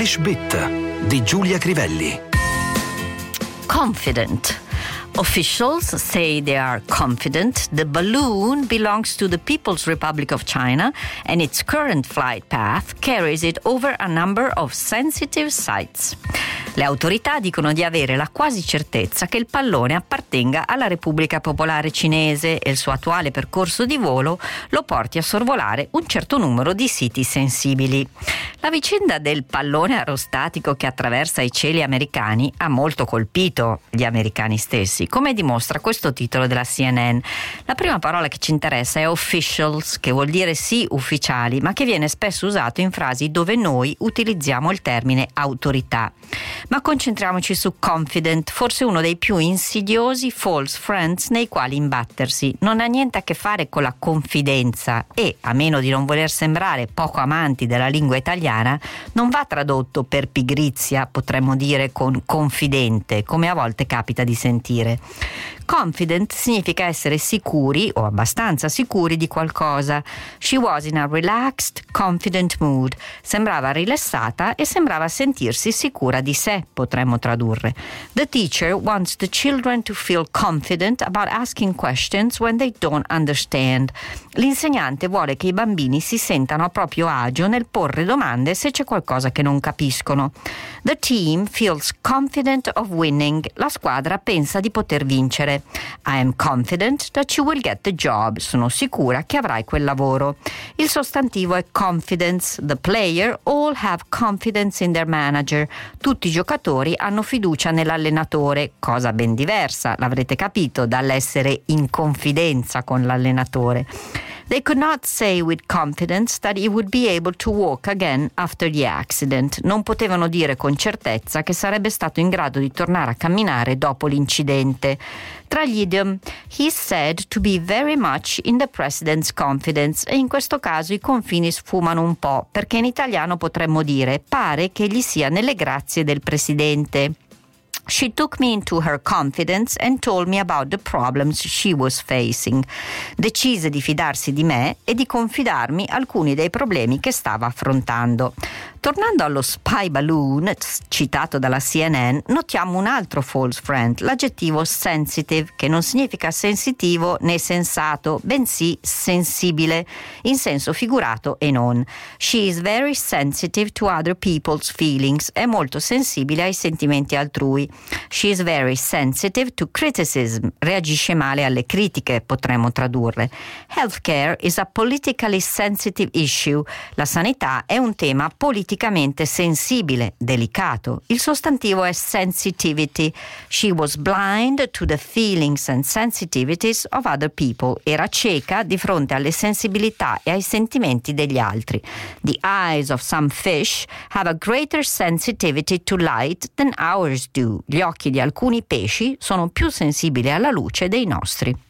English Bit di Giulia Crivelli. Confident. Officials say they are confident the balloon belongs to the People's Republic of China and its current flight path carries it over a number of sensitive sites. Le autorità dicono di avere la quasi certezza che il pallone appartenga alla Repubblica Popolare Cinese e il suo attuale percorso di volo lo porti a sorvolare un certo numero di siti sensibili. La vicenda del pallone aerostatico che attraversa i cieli americani ha molto colpito gli americani stessi, come dimostra questo titolo della CNN. La prima parola che ci interessa è officials, che vuol dire sì ufficiali, ma che viene spesso usato in frasi dove noi utilizziamo il termine autorità. Ma concentriamoci su confident, forse uno dei più insidiosi false friends nei quali imbattersi. Non ha niente a che fare con la confidenza e, a meno di non voler sembrare poco amanti della lingua italiana, non va tradotto per pigrizia, potremmo dire, con confidente, come a volte capita di sentire. Confident significa essere sicuri o abbastanza sicuri di qualcosa. She was in a relaxed, confident mood. Sembrava rilassata e sembrava sentirsi sicura di sé, potremmo tradurre. The teacher wants the children to feel confident about asking questions when they don't understand. L'insegnante vuole che i bambini si sentano a proprio agio nel porre domande se c'è qualcosa che non capiscono. The team feels confident of winning. La squadra pensa di poter vincere. I am confident that you will get the job. Sono sicura che avrai quel lavoro. Il sostantivo è confidence. The player all have confidence in their manager. Tutti i giocatori hanno fiducia nell'allenatore, cosa ben diversa, l'avrete capito, dall'essere in confidenza con l'allenatore. They could not say with confidence that he would be able to walk again after the accident. Non potevano dire con certezza che sarebbe stato in grado di tornare a camminare dopo l'incidente. Tra gli idiom, he's said to be very much in the president's confidence, e in questo caso i confini sfumano un po', perché in italiano potremmo dire pare che gli sia nelle grazie del presidente. She took me into her confidence and told me about the problems she was facing. Decise di fidarsi di me e di confidarmi alcuni dei problemi che stava affrontando. Tornando allo spy balloon citato dalla CNN, notiamo un altro false friend, l'aggettivo sensitive, che non significa sensitivo né sensato, bensì sensibile, in senso figurato e non. She is very sensitive to other people's feelings, è molto sensibile ai sentimenti altrui. She is very sensitive to criticism, reagisce male alle critiche, potremmo tradurre. Healthcare is a politically sensitive issue, la sanità è un tema politicamente sensibile, delicato. Il sostantivo è sensitivity. She was blind to the feelings and sensitivities of other people. Era cieca di fronte alle sensibilità e ai sentimenti degli altri. The eyes of some fish have a greater sensitivity to light than ours do. Gli occhi di alcuni pesci sono più sensibili alla luce dei nostri.